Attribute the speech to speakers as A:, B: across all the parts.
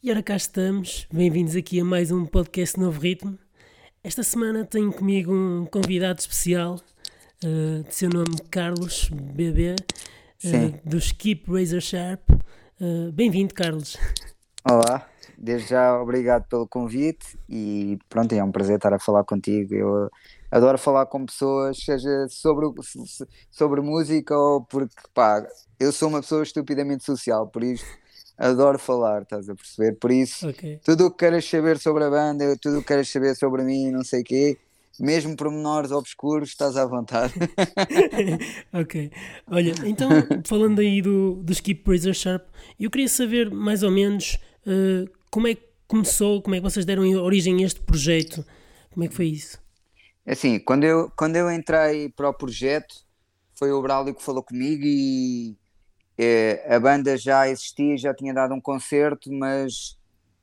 A: E ora cá estamos, bem-vindos aqui a mais um podcast Novo Ritmo. Esta semana tenho comigo um convidado especial, de seu nome Carlos BB,
B: Sim,
A: do Skip Razor Sharp. Bem-vindo, Carlos.
B: olá, desde já obrigado pelo convite e pronto, é um prazer estar a falar contigo. Eu adoro falar com pessoas, seja sobre música ou porque, pá, eu sou uma pessoa estupidamente social, por isso adoro falar, estás a perceber? Por isso,
A: Ok,
B: tudo o que queiras saber sobre a banda, tudo o que queiras saber sobre mim, não sei o quê, mesmo pormenores obscuros, estás à vontade.
A: ok. Olha, então, falando aí do Skip Razor Sharp, eu queria saber mais ou menos como é que começou, como é que vocês deram origem a este projeto, como é que foi isso?
B: Assim, quando eu entrei para o projeto, foi o Braulio que falou comigo e a banda já existia, já tinha dado um concerto, mas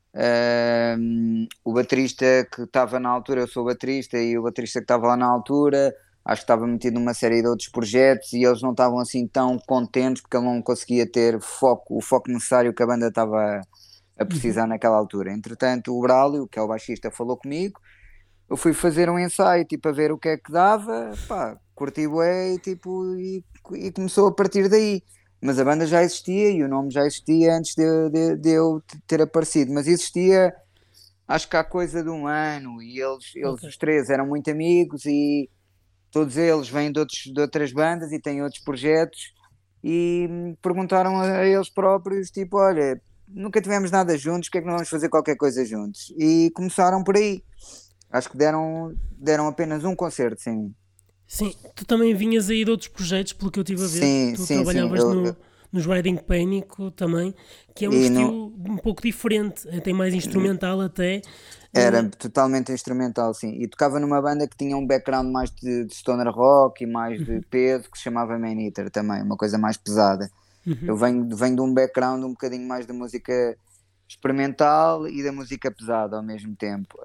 B: o baterista que estava na altura, eu sou baterista, e o baterista que estava lá na altura, acho que estava metido numa série de outros projetos e eles não estavam assim tão contentes porque ele não conseguia ter foco, o foco necessário que a banda estava a
A: Uhum.
B: precisar naquela altura. Entretanto, o Braulio, que é o baixista, falou comigo. Eu fui fazer um ensaio, tipo, a ver o que é que dava, pá, curti bué e, tipo, e começou a partir daí. Mas a banda já existia e o nome já existia antes de eu ter aparecido, mas existia, acho que há coisa de um ano, e eles
A: Ok.
B: os três eram muito amigos e todos eles vêm de outras bandas e têm outros projetos e perguntaram a eles próprios, tipo, olha, nunca tivemos nada juntos, porque é que não vamos fazer qualquer coisa juntos? E começaram por aí. Acho que deram apenas um concerto, sim.
A: Sim, tu também vinhas aí de outros projetos, pelo que eu estive a ver.
B: Sim,
A: Tu
B: sim, sim.
A: trabalhavas nos Riding Panic também, que é um
B: E não,
A: estilo um pouco diferente, tem mais instrumental até.
B: era
A: eh,
B: totalmente instrumental, sim. E tocava numa banda que tinha um background mais de stoner rock e mais de peso, que se chamava Man Eater também, uma coisa mais pesada. Eu venho de um background um bocadinho mais da música experimental e da música pesada ao mesmo tempo.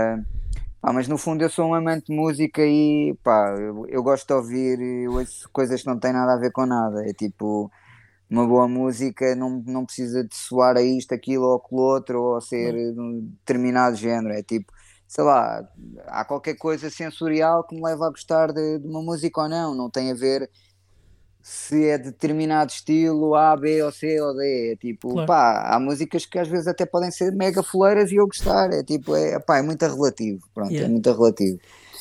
B: Mas no fundo eu sou um amante de música e pá, eu gosto de ouvir coisas que não têm nada a ver com nada. É tipo, uma boa música não precisa de soar a isto, aquilo ou aquilo outro, ou ser
A: Claro.
B: de um determinado género. É tipo, sei lá, há qualquer coisa sensorial que me leva a gostar de uma música ou não. Não tem a ver se é de determinado estilo A, B ou C ou D. É tipo,
A: Claro.
B: pá, há músicas que às vezes até podem ser mega foleiras e eu gostar. É tipo, pá, é muito relativo. Pronto, é
A: Yeah.
B: muito relativo.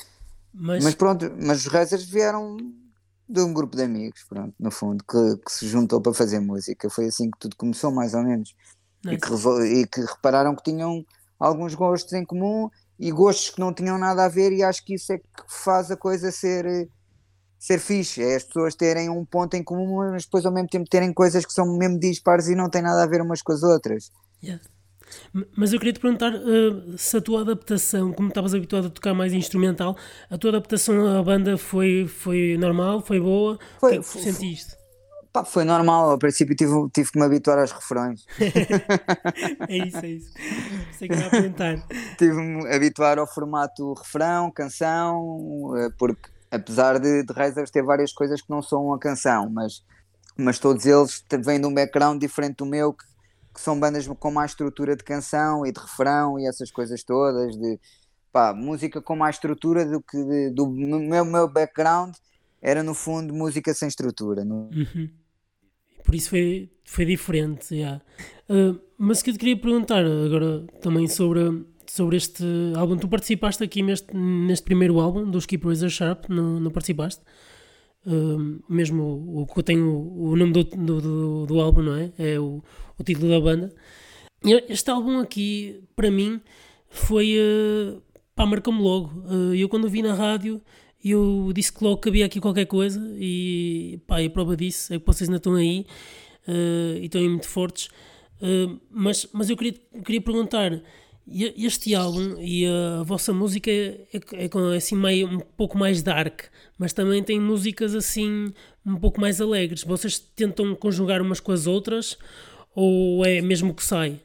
B: Mas
A: Mas,
B: pronto, mas os Razors vieram de um grupo de amigos, pronto, no fundo, que se juntou para fazer música. Foi assim que tudo começou, mais ou menos.
A: nice.
B: E que repararam que tinham alguns gostos em comum e gostos que não tinham nada a ver, e acho que isso é que faz a coisa ser fixe. É as pessoas terem um ponto em comum, mas depois ao mesmo tempo terem coisas que são mesmo dispares e não têm nada a ver umas com as outras.
A: Yeah. Mas eu queria te perguntar se a tua adaptação, como estavas habituado a tocar mais instrumental, a tua adaptação à banda foi normal, foi boa? O que
B: Foi,
A: é que tu sentiste?
B: pá, foi normal, ao princípio tive que me habituar aos refrões.
A: É isso, é isso. Sei que ia a perguntar.
B: Tive-me a habituar ao formato refrão, canção, porque apesar de Razors ter várias coisas que não são uma canção, mas todos eles vêm de um background diferente do meu, que são bandas com mais estrutura de canção e de refrão e essas coisas todas, de pá, música com mais estrutura do que do meu background era no fundo música sem estrutura.
A: Por isso foi diferente, yeah. Mas o que eu te queria perguntar agora também sobre este álbum. Tu participaste aqui neste primeiro álbum do Skip Razor Sharp, não participaste? Mesmo o que tem o nome do álbum, não é? É o título da banda. E este álbum aqui, para mim, foi. Pá, marcou-me logo. Eu quando o vi na rádio, eu disse que logo que havia aqui qualquer coisa e pá, e a prova disso é que vocês ainda estão aí e estão aí muito fortes. Mas eu queria perguntar, este álbum e a vossa música é assim meio, um pouco mais dark, mas também tem músicas assim um pouco mais alegres. Vocês tentam conjugar umas com as outras ou é mesmo o que sai?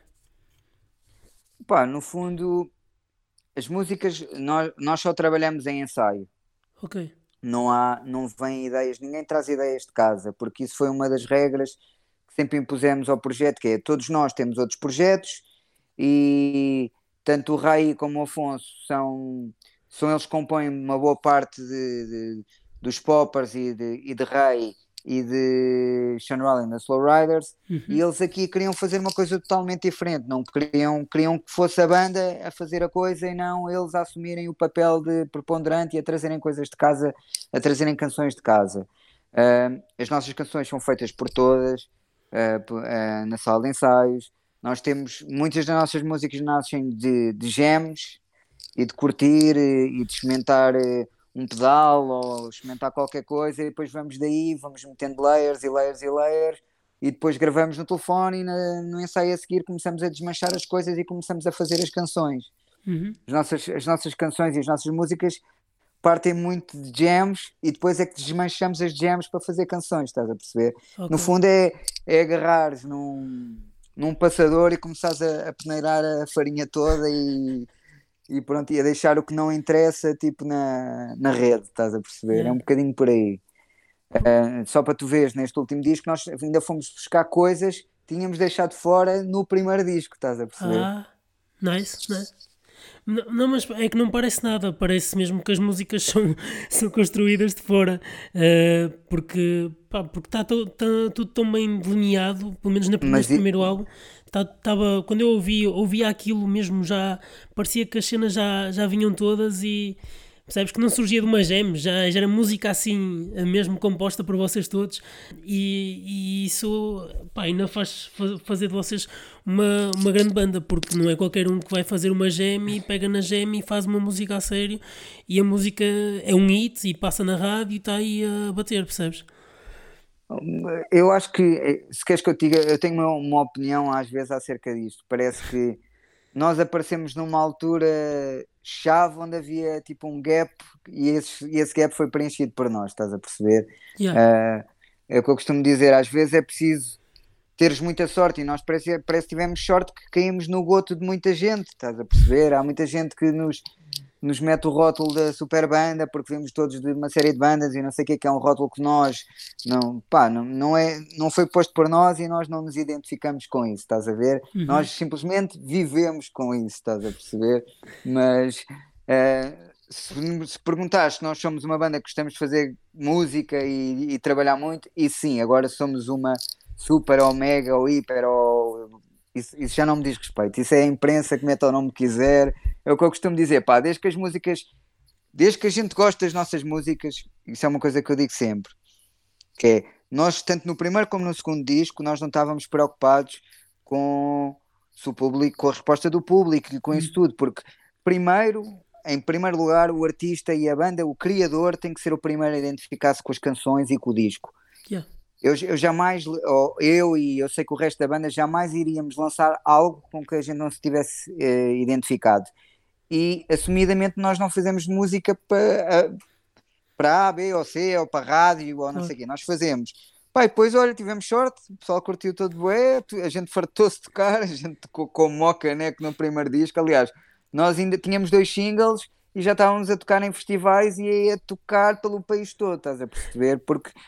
B: Pá, no fundo, as músicas nós só trabalhamos em ensaio.
A: Ok.
B: Não vêm ideias, ninguém traz ideias de casa, porque isso foi uma das regras que sempre impusemos ao projeto, que é todos nós temos outros projetos e tanto o Ray como o Afonso são eles que compõem uma boa parte dos Poppers e de Ray e de Sean Rowling da Slow Riders, e
A: Uhum.
B: eles aqui queriam fazer uma coisa totalmente diferente, não queriam que fosse a banda a fazer a coisa e não eles a assumirem o papel de preponderante e a trazerem coisas de casa, a trazerem canções de casa. As nossas canções são feitas por todas, na sala de ensaios. Nós temos muitas das nossas músicas nascem de jams e de curtir e de experimentar um pedal ou experimentar qualquer coisa, e depois vamos daí, vamos metendo layers e layers e layers, e depois gravamos no telefone e no ensaio a seguir começamos a desmanchar as coisas e começamos a fazer as canções.
A: Uhum.
B: As nossas canções e as nossas músicas partem muito de jams e depois é que desmanchamos as jams para fazer canções, estás a perceber? No
A: Ok.
B: fundo é agarrares num passador e começares a peneirar a farinha toda e pronto, e a deixar o que não interessa tipo na rede, estás a perceber? É
A: Yeah.
B: um bocadinho por aí. Só para tu veres, neste último disco nós ainda fomos buscar coisas que tínhamos deixado fora no primeiro disco, estás a perceber?
A: Ah, nice, nice. Não, não, mas é que não parece nada, parece mesmo que as músicas são construídas de fora, porque está tudo tão bem delineado, pelo menos
B: Mas
A: neste primeiro álbum. Quando eu ouvia aquilo mesmo, já parecia que as cenas já vinham todas e percebes que não surgia de uma jam, já era música assim, mesmo composta por vocês todos, e isso pá, ainda faz fazer de vocês uma grande banda, porque não é qualquer um que vai fazer uma jam e pega na jam e faz uma música a sério, e a música é um hit e passa na rádio e está aí a bater, percebes?
B: eu acho que, se queres que eu te diga, eu tenho uma opinião às vezes acerca disto. Parece que nós aparecemos numa altura chave onde havia tipo um gap e esse gap foi preenchido por nós, estás a perceber?
A: Yeah.
B: Ah, é o que eu costumo dizer, às vezes é preciso teres muita sorte e nós parece que tivemos sorte que caímos no goto de muita gente, estás a perceber? Há muita gente que nos mete o rótulo da super banda porque vimos todos de uma série de bandas e não sei o que é um rótulo que nós não, pá, não foi posto por nós e nós não nos identificamos com isso, estás a ver?
A: Uhum.
B: Nós simplesmente vivemos com isso, estás a perceber? Mas se perguntares se nós somos uma banda que gostamos de fazer música e trabalhar muito, e sim, agora somos uma super ou mega ou hiper ou isso já não me diz respeito, isso é a imprensa que mete o nome que quiser. É o que eu costumo dizer, pá, desde que a gente gosta das nossas músicas, isso é uma coisa que eu digo sempre, que é, nós, tanto no primeiro como no segundo disco, nós não estávamos preocupados com se o público, com a resposta do público e com isso
A: Uhum.
B: tudo, porque primeiro, em primeiro lugar, o artista e a banda, o criador, tem que ser o primeiro a identificar-se com as canções e com o disco.
A: Yeah.
B: Eu jamais, ou eu e eu sei que o resto da banda jamais iríamos lançar algo com que a gente não se tivesse identificado e assumidamente nós não fazemos música para A, B ou C ou para rádio ou não
A: Claro.
B: sei o quê, nós fazemos. Pá, e depois, olha, tivemos sorte, o pessoal curtiu todo bué, a gente fartou-se de tocar, a gente tocou com Moca, né, que no primeiro disco, aliás, nós ainda tínhamos 2 singles e já estávamos a tocar em festivais e a tocar pelo país todo, estás a perceber?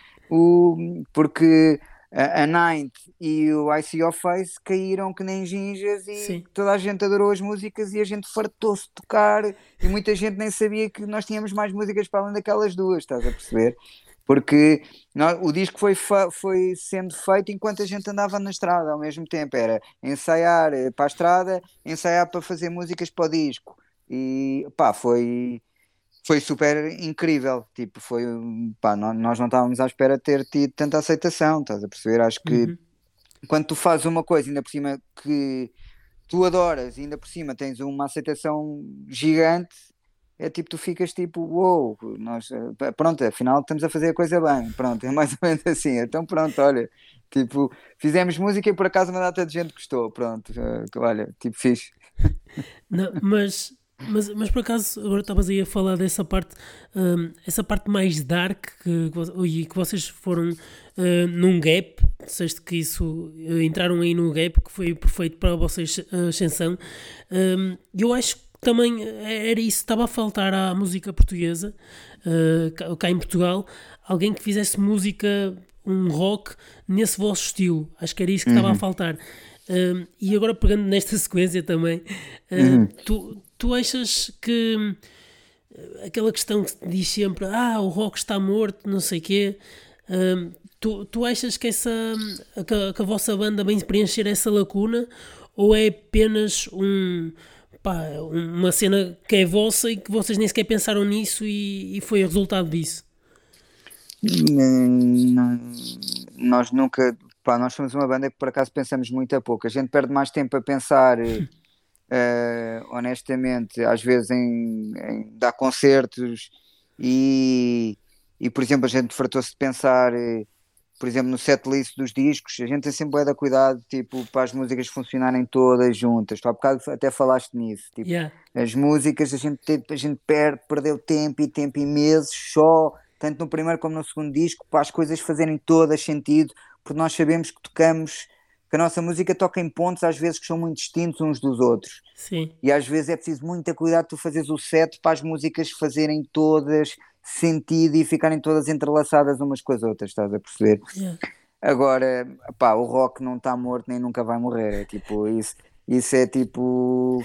B: Porque a Ninth e o I See Your Face caíram que nem ginjas e
A: Sim.
B: toda a gente adorou as músicas e a gente fartou-se de tocar e muita gente nem sabia que nós tínhamos mais músicas para além daquelas duas, estás a perceber? Porque o disco foi sendo feito enquanto a gente andava na estrada ao mesmo tempo, era ensaiar para a estrada, ensaiar para fazer músicas para o disco e pá, foi super incrível, tipo, pá, nós não estávamos à espera de ter tido tanta aceitação, estás a perceber? Acho que
A: Uhum.
B: quando tu fazes uma coisa, ainda por cima que tu adoras, e ainda por cima tens uma aceitação gigante, é tipo, tu ficas tipo, uou, nós, pronto, afinal estamos a fazer a coisa bem, pronto, é mais ou menos assim, então pronto, olha, tipo, fizemos música e por acaso uma data de gente gostou, pronto, olha, tipo, fixe.
A: Não, mas por acaso, agora estavas aí a falar dessa parte, essa parte mais dark que vocês foram num gap, disseste que isso, entraram aí no gap, que foi perfeito para a vossa ascensão. Eu acho que também era isso, estava a faltar à música portuguesa, cá em Portugal, alguém que fizesse música, um rock, nesse vosso estilo. Acho que era isso que estava a
B: Uhum.
A: faltar. E agora pegando nesta sequência também, tu achas que aquela questão que se diz sempre, o rock está morto, não sei o quê, tu achas que, que a vossa banda vem preencher essa lacuna, ou é apenas uma cena que é vossa e que vocês nem sequer pensaram nisso e foi o resultado disso?
B: Nós nunca, nós somos uma banda que por acaso pensamos muito a pouco. A gente perde mais tempo a pensar, honestamente, às vezes em dar concertos e, por exemplo, a gente fartou-se de pensar, por exemplo, no setlist dos discos. A gente tem sempre bué de cuidado, tipo, para as músicas funcionarem todas juntas. Tu há bocado até falaste nisso, tipo,
A: Yeah.
B: as músicas a gente perdeu tempo e meses só, tanto no primeiro como no segundo disco, para as coisas fazerem todas sentido, porque nós sabemos que tocamos, que a nossa música toca em pontos às vezes que são muito distintos uns dos outros.
A: Sim.
B: E às vezes é preciso muito cuidado tu fazeres o set para as músicas fazerem todas sentido e ficarem todas entrelaçadas umas com as outras, estás a perceber?
A: Yeah.
B: Agora, o rock não está morto nem nunca vai morrer, é tipo, isso é tipo,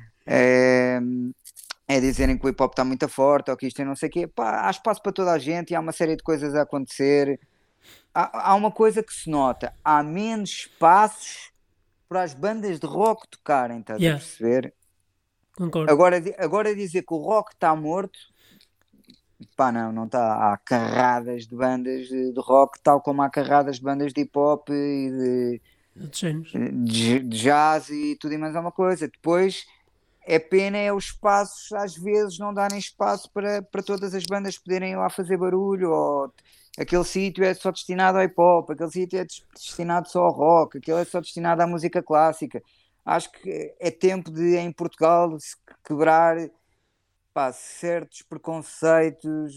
B: é dizerem que o hip hop está muito forte ou que isto é não sei o quê. Há espaço para toda a gente e há uma série de coisas a acontecer. Há uma coisa que se nota, há menos espaços para as bandas de rock tocarem, estás a perceber?
A: Concordo.
B: Agora dizer que o rock está morto, não está. Há carradas de bandas de rock, tal como há carradas de bandas de hip hop e de jazz e tudo e mais alguma coisa. Depois é pena os espaços às vezes não darem espaço para todas as bandas poderem ir lá fazer barulho, ou aquele sítio é só destinado ao hip hop, aquele sítio é destinado só ao rock, aquele é só destinado à música clássica. Acho que é tempo de em Portugal se quebrar certos preconceitos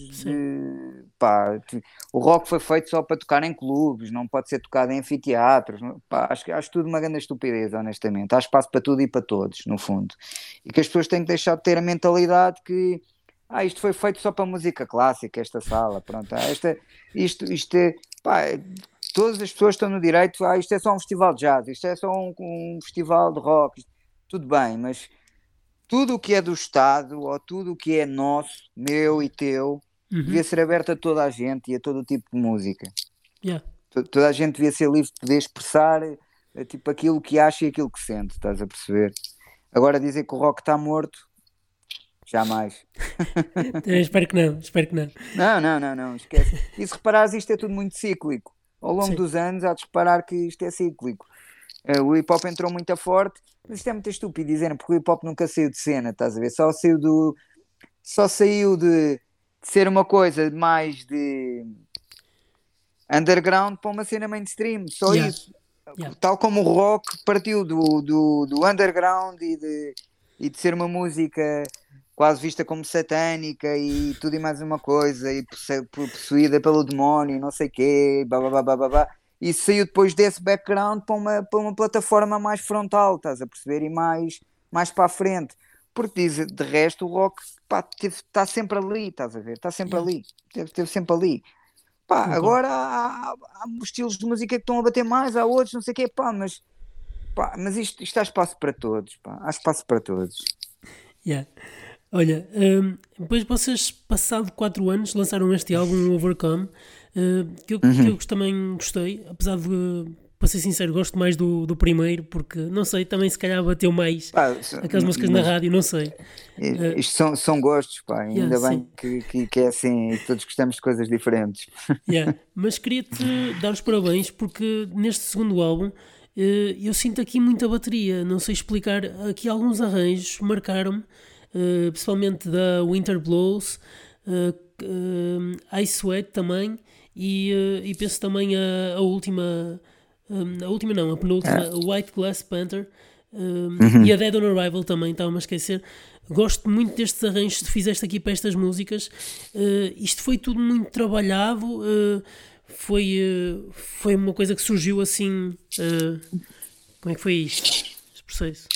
B: o rock foi feito só para tocar em clubes, não pode ser tocado em anfiteatros. Acho tudo uma grande estupidez, honestamente. Há espaço para tudo e para todos, no fundo, e que as pessoas têm que deixar de ter a mentalidade que isto foi feito só para música clássica, esta sala, pronto, isto é, todas as pessoas estão no direito, isto é só um festival de jazz, isto é só um festival de rock, tudo bem, mas tudo o que é do Estado, ou tudo o que é nosso, meu e teu, devia ser aberto a toda a gente e a todo o tipo de música. Toda a gente devia ser livre de poder expressar tipo, aquilo que acha e aquilo que sente, estás a perceber? Agora dizer que o rock está morto, jamais.
A: Espero que não.
B: Não, esquece. E se reparares, isto é tudo muito cíclico. Ao longo dos anos há de reparar que isto é cíclico. O hip hop entrou muito forte, mas isto é muito estúpido dizer, porque o hip hop nunca saiu de cena, estás a ver? Só saiu de ser uma coisa mais de underground para uma cena mainstream, só isso. Tal como o rock partiu do underground e de ser uma música quase vista como satânica e tudo e mais uma coisa, e possuída pelo demónio, não sei o quê, e saiu depois desse background para uma plataforma mais frontal, estás a perceber, e mais para a frente, porque de resto o rock está sempre ali, estás a ver, está sempre ali, esteve sempre ali. Agora há estilos de música que estão a bater mais, há outros, não sei o quê, mas isto há espaço para todos, há espaço para todos.
A: Olha, depois vocês, passado 4 anos, lançaram este álbum, Overcome, que eu também gostei, apesar de, para ser sincero, gosto mais do primeiro, porque, não sei, também se calhar bateu mais aquelas músicas na rádio, não sei.
B: Isto são gostos, ainda bem que é assim, e todos gostamos de coisas diferentes.
A: Mas queria-te dar os parabéns, porque neste segundo álbum eu sinto aqui muita bateria, não sei explicar, aqui alguns arranjos marcaram-me, principalmente da Winter Blows, I Sweat também, e penso também a última, a penúltima, White Glass Panther, e a Dead on Arrival também, estava-me a esquecer. Gosto muito destes arranjos que fizeste aqui para estas músicas. Isto foi tudo muito trabalhado, foi uma coisa que surgiu assim. Como é que foi isto? Este processo?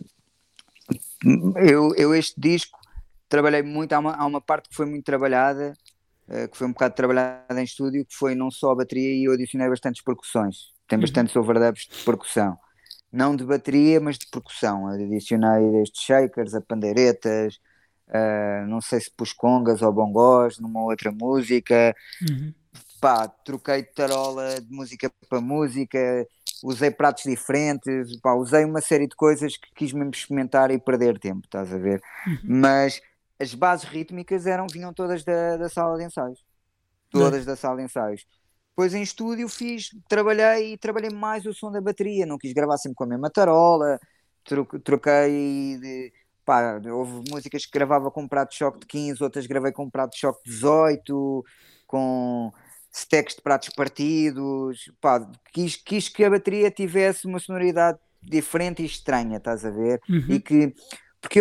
B: Eu este disco trabalhei muito, há uma parte que foi muito trabalhada, que foi um bocado trabalhada em estúdio, que foi não só a bateria, e eu adicionei bastantes percussões, tem bastantes overdubs de percussão, não de bateria, mas de percussão. Adicionei estes shakers, a pandeiretas, não sei se pus congas ou bongós numa outra música.
A: Uhum.
B: Pá, troquei de tarola de música para música, usei pratos diferentes, pá, usei uma série de coisas que quis mesmo experimentar e perder tempo, estás a ver?
A: Uhum.
B: Mas as bases rítmicas vinham todas da sala de ensaios. Todas
A: Nice.
B: da sala de ensaios. Depois em estúdio trabalhei mais o som da bateria, não quis gravar sempre com a mesma tarola, troquei pá, houve músicas que gravava com um prato de choque de 15, outras gravei com um prato de choque de 18, com stacks de pratos partidos, pá, quis que a bateria tivesse uma sonoridade diferente e estranha, estás a ver?
A: Uhum.
B: Porque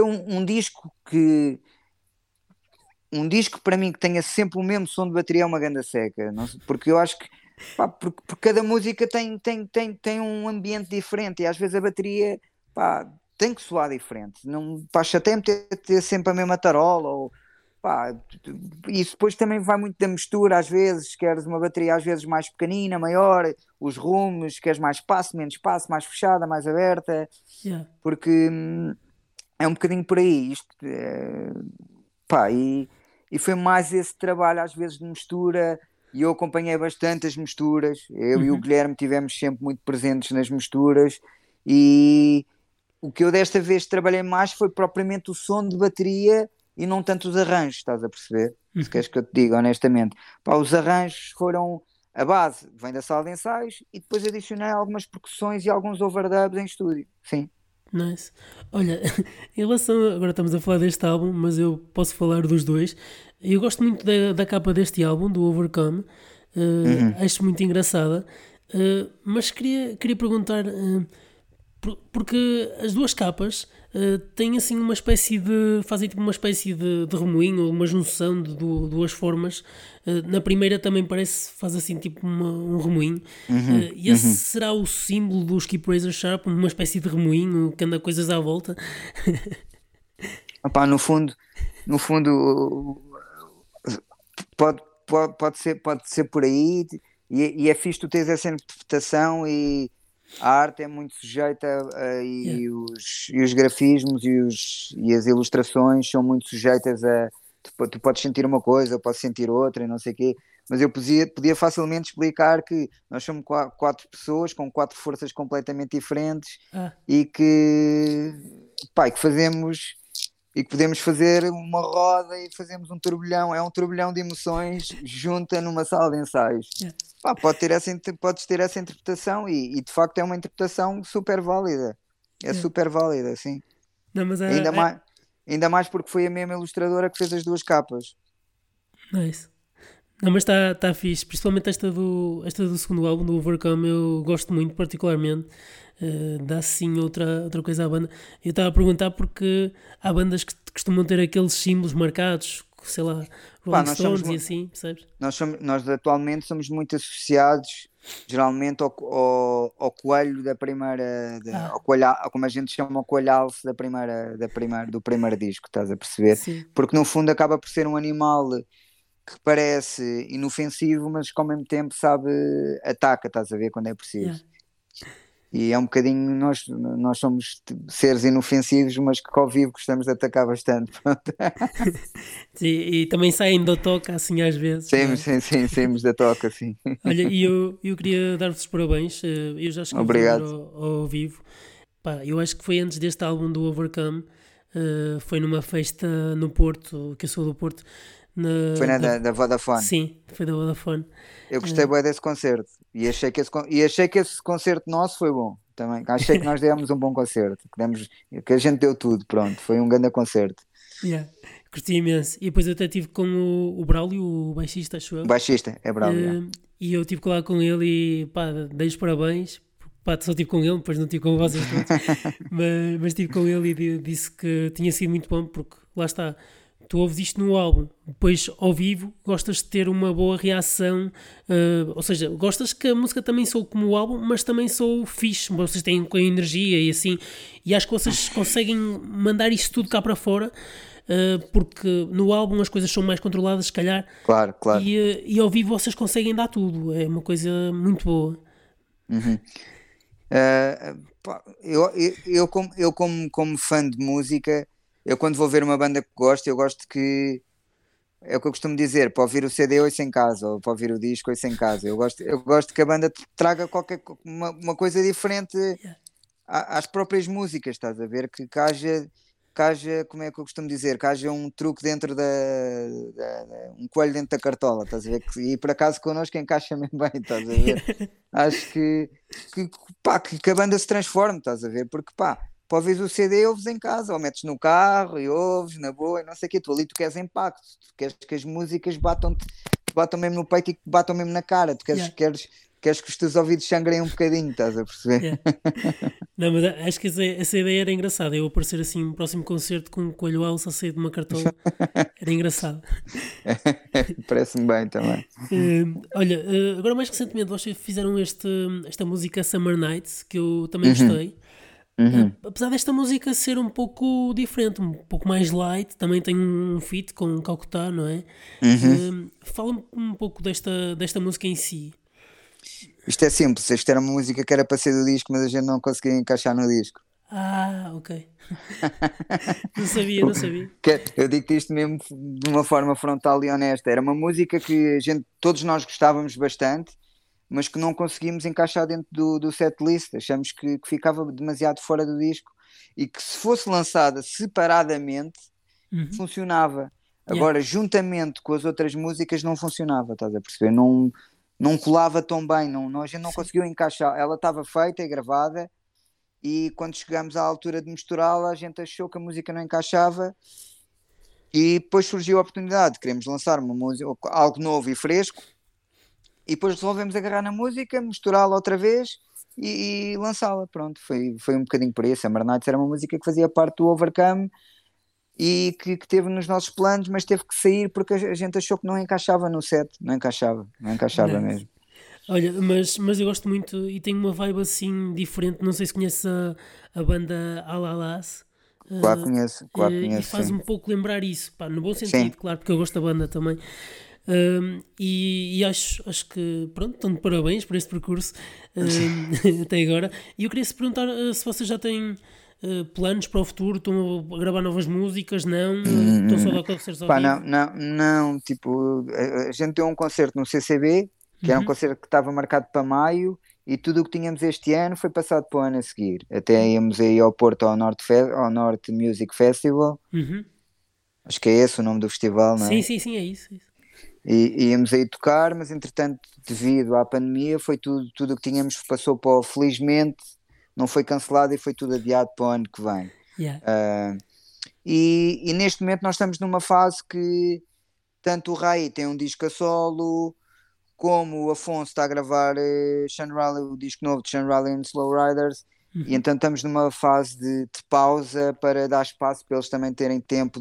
B: um disco para mim que tenha sempre o mesmo som de bateria é uma ganda seca, não sei, porque eu acho que pá, porque cada música tem um ambiente diferente e às vezes a bateria pá, tem que soar diferente, não, pá, chateia-me ter sempre a mesma tarola ou pá, isso depois também vai muito da mistura, às vezes queres uma bateria às vezes mais pequenina, maior, os rumos, queres mais espaço, menos espaço, mais fechada, mais aberta,
A: Yeah.
B: porque é um bocadinho por aí, pá, e foi mais esse trabalho às vezes de mistura, e eu acompanhei bastante as misturas, eu e o
A: Uhum.
B: Guilherme tivemos sempre muito presentes nas misturas, e o que eu desta vez trabalhei mais foi propriamente o som de bateria e não tanto os arranjos, estás a perceber? Se
A: Uhum.
B: queres que eu te diga honestamente. Pá, os arranjos foram a base, vem da sala de ensaios e depois adicionei algumas percussões e alguns overdubs em estúdio. Sim.
A: Nice. Olha, em relação. Agora estamos a falar deste álbum, mas eu posso falar dos dois. Eu gosto muito da capa deste álbum, do Overcome.
B: Uhum.
A: Acho muito engraçada. Mas queria perguntar. Porque as duas capas têm assim uma espécie de. Fazem tipo uma espécie de remoinho, uma junção de duas formas. Na primeira também faz assim tipo um remoinho.
B: Uhum.
A: E esse
B: Uhum.
A: será o símbolo dos Keep Razor Sharp, uma espécie de remoinho que anda coisas à volta.
B: Opá, no fundo, pode ser por aí, e é fixe tu teres essa interpretação, e a arte é muito sujeita
A: Yeah,
B: e os grafismos e as ilustrações são muito sujeitas a tu podes sentir uma coisa, eu posso sentir outra e não sei o quê, mas eu podia facilmente explicar que nós somos quatro pessoas com quatro forças completamente diferentes
A: ah,
B: e pá, e que podemos fazer uma roda e fazemos um turbilhão, é um turbilhão de emoções junta numa sala de ensaios.
A: yeah,
B: Pá, podes ter essa interpretação e de facto é uma interpretação super válida. É
A: yeah.
B: super válida, sim.
A: Não, mas
B: Ainda mais, ainda mais porque foi a mesma ilustradora que fez as duas capas.
A: nice. Não, mas está fixe, principalmente esta do segundo álbum, do Overcome, eu gosto muito, particularmente. Dá sim outra coisa à banda. Eu estava a perguntar porque há bandas que costumam ter aqueles símbolos marcados, sei lá,
B: Pá,
A: Rolling Stones e assim, percebes?
B: nós atualmente somos muito associados geralmente ao coelho da primeira,
A: Ah,
B: ao coelho, como a gente chama o coelho alce do primeiro disco, estás a perceber?
A: sim,
B: Porque no fundo acaba por ser um animal que parece inofensivo, mas que ao mesmo tempo sabe, ataca, estás a ver quando é
A: yeah.
B: preciso. E é um bocadinho, nós somos seres inofensivos, mas que ao vivo gostamos de atacar bastante. Pronto.
A: Sim, e também saem da toca assim às vezes, não
B: Saímos,
A: é?
B: sim, sim, saímos da toca, sim.
A: Olha, e eu queria dar-vos os parabéns. Eu já cheguei a vos ouvir
B: Obrigado.
A: ao vivo. Pá, eu acho que foi antes deste álbum do Overcome. Foi numa festa no Porto, que eu sou do Porto.
B: Foi
A: Na,
B: na
A: da,
B: da Vodafone.
A: sim, foi da Vodafone.
B: Eu gostei
A: Eh,
B: bem desse concerto e achei que esse concerto nosso foi bom também. Achei que nós demos um bom concerto, que a gente deu tudo, pronto. Foi um grande concerto.
A: yeah, curti imenso. E depois eu até estive com o Braulio, o baixista, acho
B: O
A: eu.
B: baixista é bravo, já.
A: E eu estive lá com ele e pá, dei os parabéns. Pá, só estive com ele, depois não estive com vocês todos. Mas estive com ele e disse que tinha sido muito bom, porque lá está. Tu ouves isto no álbum, depois ao vivo gostas de ter uma boa reação, ou seja, gostas que a música também soe como o álbum, mas também soe fixe, vocês têm com a energia e assim, e acho que vocês conseguem mandar isto tudo cá para fora, porque no álbum as coisas são mais controladas, se calhar,
B: Claro, claro.
A: e ao vivo vocês conseguem dar tudo, é uma coisa muito boa.
B: Uhum. Pá, como fã de música, eu quando vou ver uma banda que gosto, eu gosto que é o que eu costumo dizer, para ouvir o CD ouço em casa, ou para ouvir o disco ouço em casa. Eu gosto que a banda te traga uma coisa diferente
A: Yeah.
B: às próprias músicas, estás a ver? Que haja, como é que eu costumo dizer, que haja um truque dentro um coelho dentro da cartola, estás a ver? E por acaso connosco encaixa mesmo bem, estás a ver? Acho que, pá, que a banda se transforme, estás a ver? Porque pá, para ouvires o CD, ouves em casa, ou metes no carro e ouves na boa, e não sei o quê. Tu ali tu queres impacto, tu queres que as músicas batam mesmo no peito e que batam mesmo na cara, tu queres,
A: Yeah.
B: queres, queres que os teus ouvidos sangrem um bocadinho, estás a perceber?
A: Yeah. Não, mas acho que essa ideia era engraçada. Eu aparecer assim no próximo concerto com um coelho alce a sair de uma cartola era engraçado.
B: Parece-me bem também.
A: Olha, agora mais recentemente vocês fizeram esta música Summer Nights, que eu também
B: Uhum,
A: gostei.
B: uhum,
A: Apesar desta música ser um pouco diferente, um pouco mais light, também tem um feat com Calcutá, não é?
B: uhum.
A: Fala-me um pouco desta música em si.
B: Isto é simples, isto era uma música que era para ser do disco, mas a gente não conseguia encaixar no disco.
A: Ah, ok. Não sabia, não sabia.
B: Eu digo-te isto mesmo de uma forma frontal e honesta. Era uma música que todos nós gostávamos bastante, mas que não conseguimos encaixar dentro do setlist. Achamos que ficava demasiado fora do disco e que se fosse lançada separadamente
A: Uhum.
B: funcionava.
A: Yeah.
B: Agora, juntamente com as outras músicas, não funcionava, estás a perceber? Não, não colava tão bem, a gente não
A: Sim.
B: conseguiu encaixar. Ela estava feita e gravada, e quando chegamos à altura de misturá-la, a gente achou que a música não encaixava, e depois surgiu a oportunidade de queremos lançar uma música, algo novo e fresco, e depois resolvemos agarrar na música, misturá-la outra vez e lançá-la. Pronto, foi um bocadinho por isso. Summer Nights era uma música que fazia parte do Overcome e que teve nos nossos planos, mas teve que sair porque a gente achou que não encaixava no set, não encaixava
A: Nice.
B: mesmo.
A: Olha, mas eu gosto muito e tem uma vibe assim diferente. Não sei se conheces a banda Alalas.
B: Claro que
A: E
B: conheço,
A: faz
B: sim.
A: um pouco lembrar isso, pá, no bom
B: Sim,
A: sentido, claro, porque eu gosto da banda também. E acho que, pronto, estão de parabéns por este percurso até agora. E eu queria se perguntar se vocês já têm planos para o futuro, estão a gravar novas músicas, não? Estão só a dar concertos ao
B: pá, não,
A: vivo?
B: não, não, tipo, a gente deu um concerto no CCB, que era um
A: Uhum.
B: concerto que estava marcado para maio, e tudo o que tínhamos este ano foi passado para o ano a seguir. Até íamos aí ao Porto, ao Norte Music Festival,
A: Uhum.
B: acho que é esse o nome do festival, não
A: Sim,
B: é?
A: sim, sim, é isso. É isso.
B: E íamos aí tocar, mas entretanto, devido à pandemia, foi tudo o que tínhamos passou para felizmente, não foi cancelado e foi tudo adiado para o ano que vem.
A: Yeah.
B: Ah, e neste momento nós estamos numa fase que tanto o Rai tem um disco a solo, como o Afonso está a gravar o disco novo de Sean Riley and Slow Riders, e
A: Uhum.
B: então estamos numa fase de pausa para dar espaço para eles também terem tempo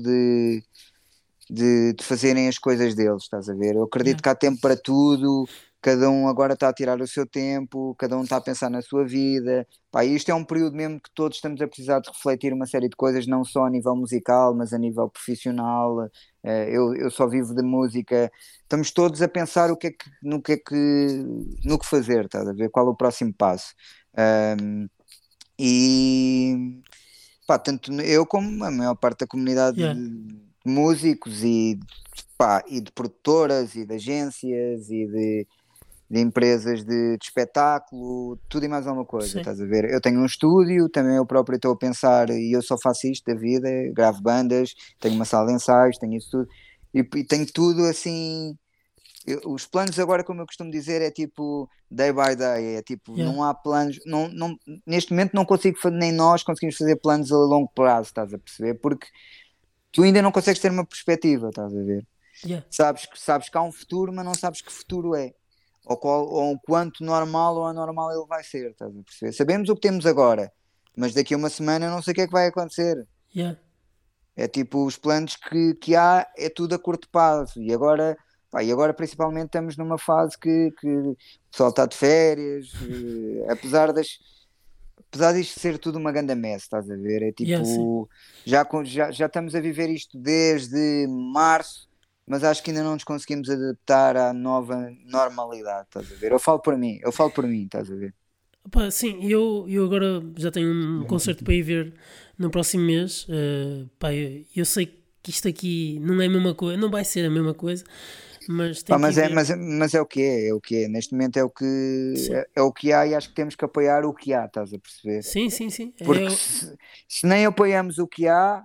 B: de fazerem as coisas deles, estás a ver? Eu
A: Yeah.
B: acredito que há tempo para tudo, cada um agora está a tirar o seu tempo, cada um está a pensar na sua vida. Pá, isto é um período mesmo que todos estamos a precisar de refletir uma série de coisas, não só a nível musical, mas a nível profissional. Eu só vivo de música. Estamos todos a pensar no que fazer, estás a ver? Qual o próximo passo? E pá, tanto eu como a maior parte da comunidade
A: Yeah.
B: de músicos e de produtoras e de agências e de empresas de espetáculo, tudo e mais alguma coisa,
A: Sim.
B: estás a ver? Eu tenho um estúdio, também eu próprio estou a pensar, e eu só faço isto da vida, gravo bandas, tenho uma sala de ensaios, tenho isso tudo, e tenho tudo assim. Os planos agora, como eu costumo dizer, é tipo day by day, é tipo,
A: Yeah.
B: não há planos, neste momento não consigo fazer, nem nós conseguimos fazer planos a longo prazo, estás a perceber? Porque tu ainda não consegues ter uma perspectiva, estás a ver?
A: Yeah.
B: Sabes que há um futuro, mas não sabes que futuro é. Ou o quanto normal ou anormal ele vai ser, estás a perceber? Sabemos o que temos agora, mas daqui a uma semana eu não sei o que é que vai acontecer.
A: Yeah.
B: É tipo, os planos que há é tudo a curto prazo. E agora principalmente estamos numa fase que o pessoal está de férias, apesar disto ser tudo uma grande mess, estás a ver? É
A: Yeah, sim.
B: tipo, já estamos a viver isto desde março, mas acho que ainda não nos conseguimos adaptar à nova normalidade, estás a ver? Eu falo por mim, estás a ver?
A: Pá, sim, eu agora já tenho um concerto para ir ver no próximo mês. Pá, eu sei que isto aqui não é a mesma coisa, não vai ser a mesma coisa, mas
B: Pá,
A: tenho que ir ver.
B: mas é o que é o que é. Neste momento
A: Sim,
B: é o que há e acho que temos que apoiar o que há, estás a perceber?
A: sim, sim, sim.
B: Porque se nem apoiamos o que há,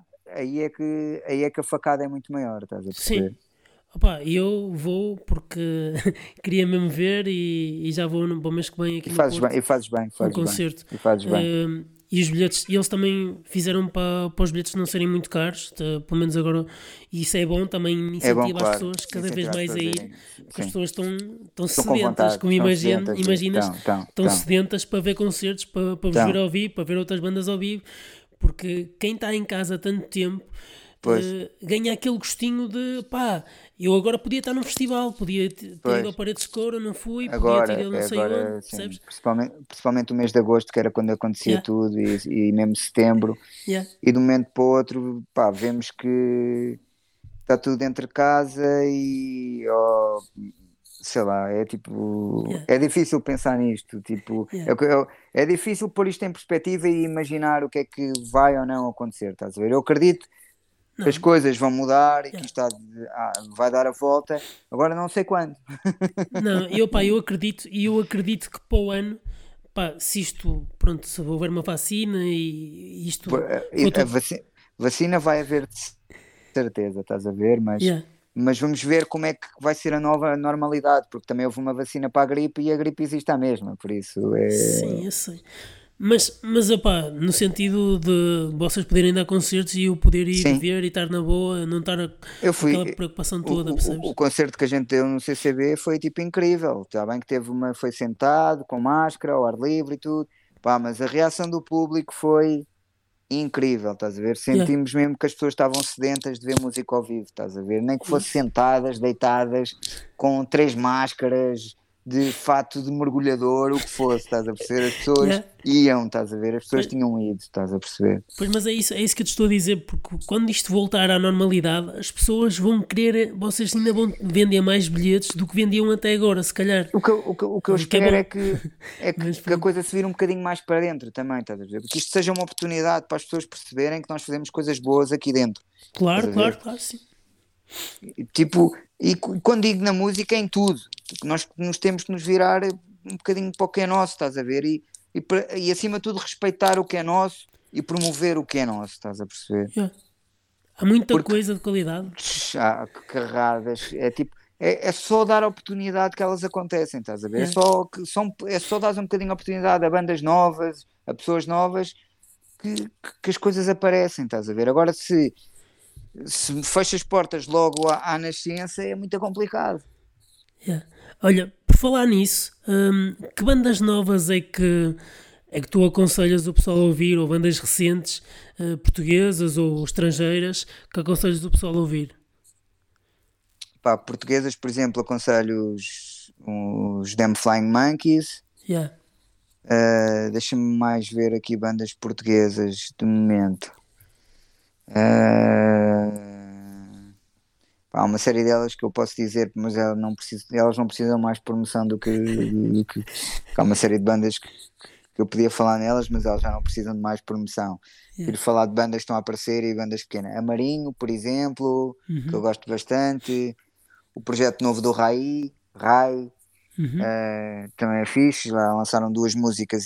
B: aí é que a facada é muito maior, estás a
A: Sim.
B: perceber?
A: Opa, eu vou porque queria mesmo ver e já vou no, para o mês que vem aqui no Porto,
B: E fazes bem,
A: um
B: fazes bem,
A: concerto.
B: e fazes bem.
A: E os bilhetes, e eles também fizeram para os bilhetes não serem muito caros, pelo menos agora, e isso é bom, também
B: É bom,
A: incentiva as
B: claro,
A: pessoas cada vez
B: incentivar as
A: mais a
B: pessoas a
A: ir,
B: irem.
A: porque as
B: Sim,
A: pessoas estão
B: estão com
A: sedentas,
B: vontade,
A: como
B: estão
A: imagino,
B: sedentas,
A: imaginas, estão
B: estão,
A: sedentas para ver concertos, para vos ver
B: estão.
A: ao vivo, para ver outras bandas ao vivo, porque quem está em casa há tanto tempo
B: Pois,
A: ganha aquele gostinho de pá, eu agora podia estar num festival, podia ter ido ao
B: pois.
A: Paredes de Coura, não fui, podia ter ido não sei onde,
B: Agora, sim,
A: percebes?
B: principalmente o mês de agosto, que era quando acontecia
A: Yeah,
B: tudo, e mesmo setembro,
A: yeah,
B: e de um momento para o outro, pá, vemos que está tudo dentro de casa e, oh, sei lá, é tipo,
A: yeah,
B: é difícil pensar nisto, tipo,
A: yeah.
B: é difícil pôr isto em perspectiva e imaginar o que é que vai ou não acontecer, estás a ver? Eu acredito que as
A: Não,
B: coisas vão mudar e que
A: yeah.
B: isto vai dar a volta, agora não sei quando.
A: Não, pá, eu acredito que para o ano, pá, se isto, pronto, se houver uma vacina e isto for
B: A
A: tudo,
B: vacina vai haver de certeza, estás a ver,
A: yeah.
B: mas vamos ver como é que vai ser a nova normalidade, porque também houve uma vacina para a gripe e a gripe existe à mesma, por isso
A: Sim,
B: é.
A: eu sei. Mas opá, no sentido de vocês poderem dar concertos e eu poder ir
B: Sim,
A: ver e estar na boa, não estar
B: eu
A: com aquela
B: fui.
A: preocupação toda,
B: O
A: percebes?
B: concerto que a gente deu no CCB foi tipo incrível. Está bem que teve foi sentado, com máscara, ao ar livre e tudo. Pá, mas a reação do público foi incrível, estás a ver?
A: Yeah,
B: Sentimos mesmo que as pessoas estavam sedentas de ver música ao vivo, estás a ver? Nem que
A: yeah,
B: fosse sentadas, deitadas, com três máscaras, de fato de mergulhador, o que fosse, estás a perceber? As pessoas
A: yeah.
B: iam, estás a ver? As pessoas
A: Pois,
B: tinham ido, estás a perceber?
A: pois, mas é isso que eu te estou a dizer, porque quando isto voltar à normalidade, as pessoas vão querer, vocês ainda vão vender mais bilhetes do que vendiam até agora, se calhar.
B: O que eu
A: O que é
B: espero
A: bom.
B: é
A: Mas
B: que a
A: pronto.
B: coisa se vire um bocadinho mais para dentro também, estás a ver? Que isto seja uma oportunidade para as pessoas perceberem que nós fazemos coisas boas aqui dentro, estás
A: Claro,
B: a
A: claro,
B: ver?
A: claro, sim.
B: Tipo, quando digo na música, é em tudo. Porque nós nos temos que nos virar um bocadinho para o que é nosso, estás a ver? E acima de tudo respeitar o que é nosso e promover o que é nosso, estás a perceber?
A: Yeah. Há muita
B: Porque
A: coisa de qualidade.
B: que carradas, é tipo, é só dar a oportunidade que elas acontecem, estás a ver?
A: Yeah.
B: É só dar um bocadinho a oportunidade a bandas novas, a pessoas novas que as coisas aparecem, estás a ver? Agora se fecha as portas logo à nascença é muito complicado.
A: Yeah. Olha, por falar nisso, que bandas novas é que tu aconselhas o pessoal a ouvir, ou bandas recentes, portuguesas ou estrangeiras, que aconselhas o pessoal a ouvir?
B: Pá, portuguesas, por exemplo, aconselho os Damn Flying Monkeys.
A: Yeah.
B: Deixa-me mais ver aqui bandas portuguesas de momento. Uh, Há uma série delas que eu posso dizer, mas elas não precisam mais de promoção do que. Há uma série de bandas que eu podia falar nelas, mas elas já não precisam de mais promoção.
A: Yeah.
B: Quero falar de bandas que estão a aparecer e bandas pequenas. A Marinho, por exemplo, que eu
A: Uhum.
B: gosto bastante. O projeto novo do Rai,
A: Uhum.
B: também é fixe. Lá lançaram duas músicas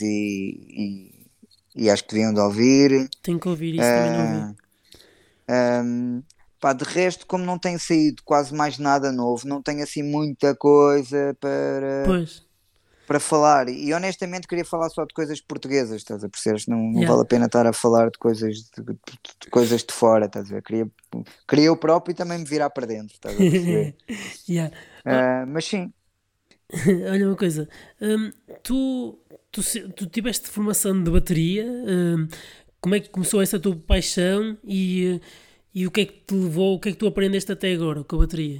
B: e acho que deviam de ouvir.
A: Tenho que ouvir isso, também não ouvi.
B: Uh, Pá, de resto, como não tem saído quase mais nada novo, não tenho assim muita coisa
A: Pois,
B: para falar. E honestamente queria falar só de coisas portuguesas, estás a perceber? Não
A: yeah.
B: vale a pena estar a falar de coisas de fora, estás a ver? Queria eu próprio também me virar para dentro, estás a perceber?
A: Yeah. Oh,
B: Mas sim,
A: olha uma coisa, hum, tu tiveste formação de bateria, como é que começou essa tua paixão e o que é que te levou, o que é que tu aprendeste até agora com a bateria?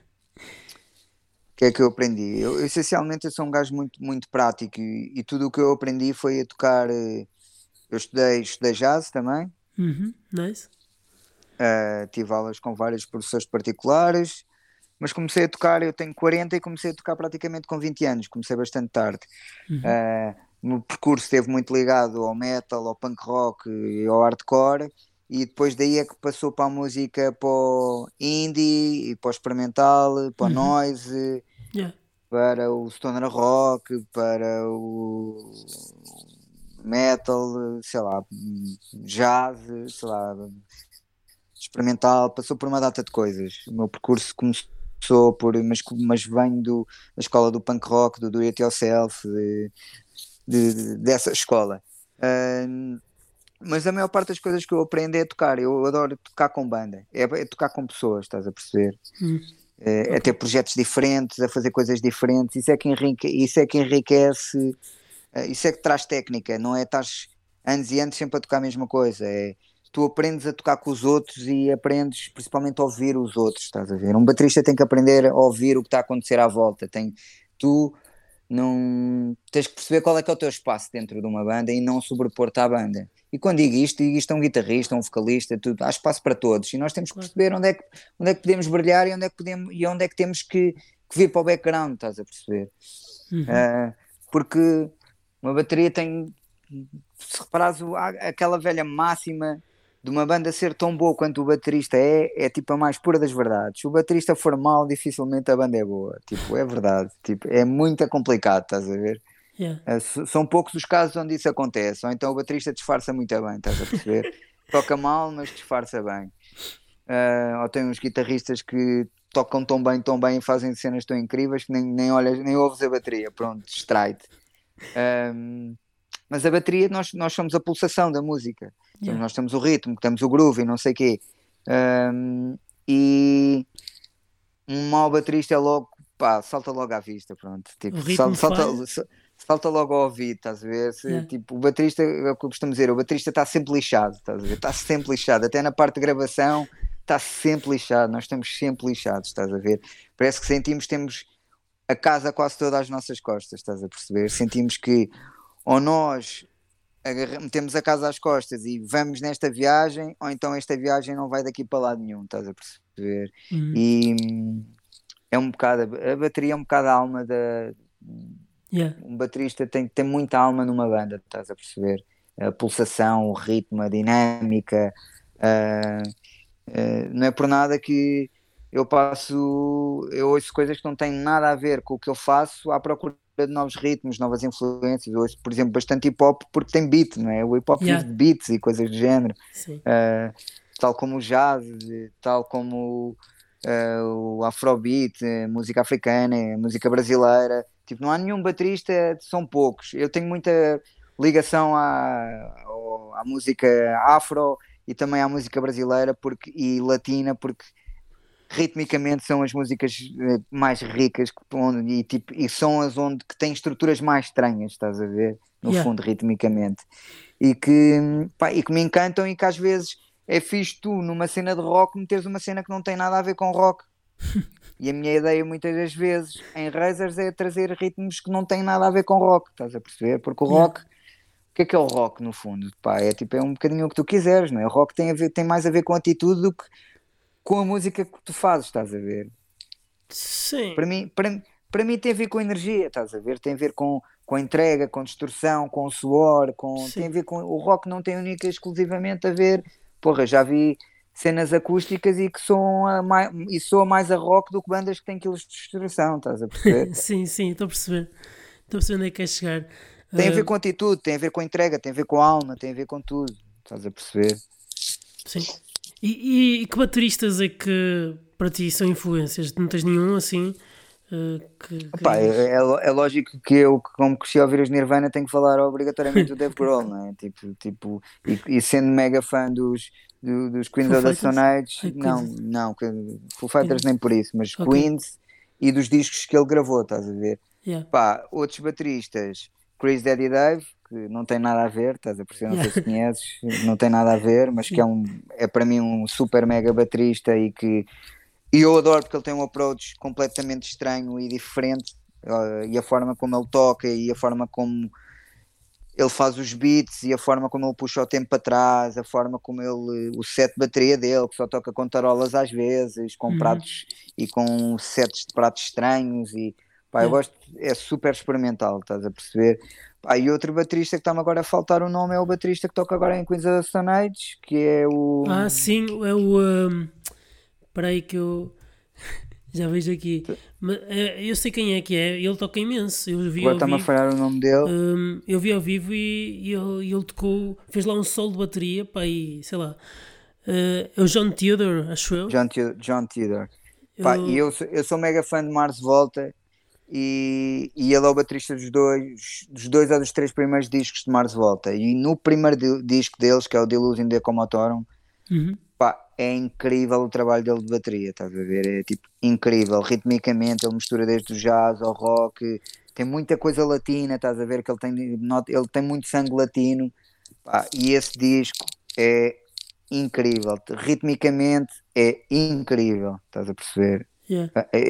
B: o que é que eu aprendi? Essencialmente eu sou um gajo muito, muito prático e tudo o que eu aprendi foi a tocar. Eu estudei jazz também.
A: Uhum, nice.
B: Tive aulas com vários professores particulares, mas comecei a tocar, eu tenho 40 e comecei a tocar praticamente com 20 anos, comecei bastante tarde.
A: Uhum,
B: Uh, meu percurso esteve muito ligado ao metal, ao punk rock e ao hardcore, e depois daí é que passou para a música, para o indie, e para o experimental, para o noise,
A: Yeah.
B: para o stoner rock, para o metal, sei lá, jazz, sei lá, experimental, passou por uma data de coisas. O meu percurso começou por, mas venho da escola do punk rock, do it yourself, dessa escola. Mas a maior parte das coisas que eu aprendo é tocar. Eu adoro tocar com banda, é tocar com pessoas, estás a perceber? É ter projetos diferentes, a fazer coisas diferentes. Isso é que enriquece, isso é que traz técnica, não é? Estás anos e anos sempre a tocar a mesma coisa. Tu aprendes a tocar com os outros e aprendes principalmente a ouvir os outros, estás a ver? Um baterista tem que aprender a ouvir o que está a acontecer à volta. Tu não tens que perceber qual é que é o teu espaço dentro de uma banda e não sobrepor-te à banda. E quando digo isto a um guitarrista, a um vocalista, tudo, há espaço para todos e nós temos que perceber onde é que podemos brilhar e onde é que temos que vir para o background, estás a perceber? Porque uma bateria tem, se reparares, aquela velha máxima de uma banda ser tão boa quanto o baterista é tipo a mais pura das verdades. Se o baterista for mau, dificilmente a banda é boa. Tipo, é verdade. Tipo, é muito complicado, estás a ver?
A: Yeah.
B: São poucos os casos onde isso acontece. Ou então o baterista disfarça muito bem, estás a perceber? Toca mal, mas disfarça bem. Ou tem uns guitarristas que tocam tão bem e fazem cenas tão incríveis que nem olhas, nem ouves a bateria. Pronto, distrai-te. Mas a bateria, nós somos a pulsação da música.
A: Yeah.
B: Nós temos o ritmo, temos o groove e não sei o quê. E um mau baterista é logo, pá, salta logo à vista, pronto. Tipo, salta logo ao ouvido, estás a ver?
A: Yeah.
B: Tipo, o baterista, é o que eu costumo dizer, o baterista está sempre lixado, estás a ver? Está sempre lixado, até na parte de gravação está sempre lixado, nós estamos sempre lixados, estás a ver? Parece que temos a casa quase toda às nossas costas, estás a perceber? Sentimos que ou nós metemos a casa às costas e vamos nesta viagem, ou então esta viagem não vai daqui para lado nenhum, estás a perceber? E é um bocado, a bateria é um bocado a alma da.
A: Yeah.
B: Um baterista tem muita alma numa banda, estás a perceber? A pulsação, o ritmo, a dinâmica. Não é por nada que eu ouço coisas que não têm nada a ver com o que eu faço à procura de novos ritmos, novas influências. Eu ouço, por exemplo, bastante hip hop porque tem beat, não é? O hip hop vive de beats e coisas do género. Tal como o jazz, tal como o afrobeat, música africana, música brasileira. Tipo, não há nenhum baterista, são poucos. Eu tenho muita ligação à música afro e também à música brasileira e latina, porque ritmicamente são as músicas mais ricas e são as que têm estruturas mais estranhas, estás a ver? No fundo, ritmicamente. E que me encantam e que às vezes é fixe tu, numa cena de rock, meteres uma cena que não tem nada a ver com rock. E a minha ideia muitas das vezes em Razors é trazer ritmos que não têm nada a ver com rock, estás a perceber? Porque o rock, o que é o rock no fundo? Pá, é um bocadinho o que tu quiseres, não é? O rock tem mais a ver com atitude do que com a música que tu fazes, estás a ver?
A: Sim.
B: Para mim tem a ver com energia, estás a ver? Tem a ver com a entrega, com distorção, com o suor, tem a ver com... O rock não tem única e exclusivamente a ver... Porra, já vi cenas acústicas e que soa mais a rock do que bandas que têm quilos de distorção, estás a perceber?
A: Sim, estou a perceber. Estou a perceber onde é que queres chegar.
B: Tem a ver com atitude, tem a ver com entrega, tem a ver com alma, tem a ver com tudo, estás a perceber?
A: Sim. E que bateristas é que para ti são influências? Não tens nenhum assim?
B: Pá, é lógico que eu, como cresci a ouvir os Nirvana, tenho que falar obrigatoriamente do Dave Grohl, não é? E sendo mega fã dos Queens of the Stone Age, não, Foo Fighters nem por isso, mas Queens e dos discos que ele gravou, estás a ver? Pá, outros bateristas, Chris Daddy Dave, que não tem nada a ver, estás a perceber, não sei se conheces, não tem nada a ver, mas que é para mim um super mega baterista e eu adoro porque ele tem um approach completamente estranho e diferente, e a forma como ele toca e a forma como ele faz os beats e a forma como ele puxa o tempo para trás, a forma como o set de bateria dele, que só toca com tarolas às vezes, com pratos e com sets de pratos estranhos Pá, eu
A: Yeah.
B: gosto, é super experimental, estás a perceber? Pá, e outro baterista que está-me agora a faltar o nome é o baterista que toca agora em Queens of the Stone Age, que é o.
A: Ah, sim, é o. Espera aí que eu já vejo aqui. Mas, eu sei quem é que é, ele toca imenso. Eu vi
B: Agora
A: ao
B: está-me a
A: vivo.
B: falhar o nome dele.
A: Eu vi ao vivo e ele tocou, fez lá um solo de bateria, pá, e sei lá. É o John Theodore, acho eu.
B: John Tudor. Pá, e
A: Eu,
B: eu sou mega fã de Mars Volta e ele é o baterista dos dois ou dos três primeiros discos de Mars Volta. E no primeiro disco deles, que é o Delusion de Comotorum,
A: uhum,
B: pá, é incrível o trabalho dele de bateria, estás a ver? É tipo incrível, ritmicamente, ele mistura desde o jazz ao rock, tem muita coisa latina, estás a ver? Que ele tem muito sangue latino, pá, e esse disco é incrível, ritmicamente é incrível, estás a perceber?
A: yeah,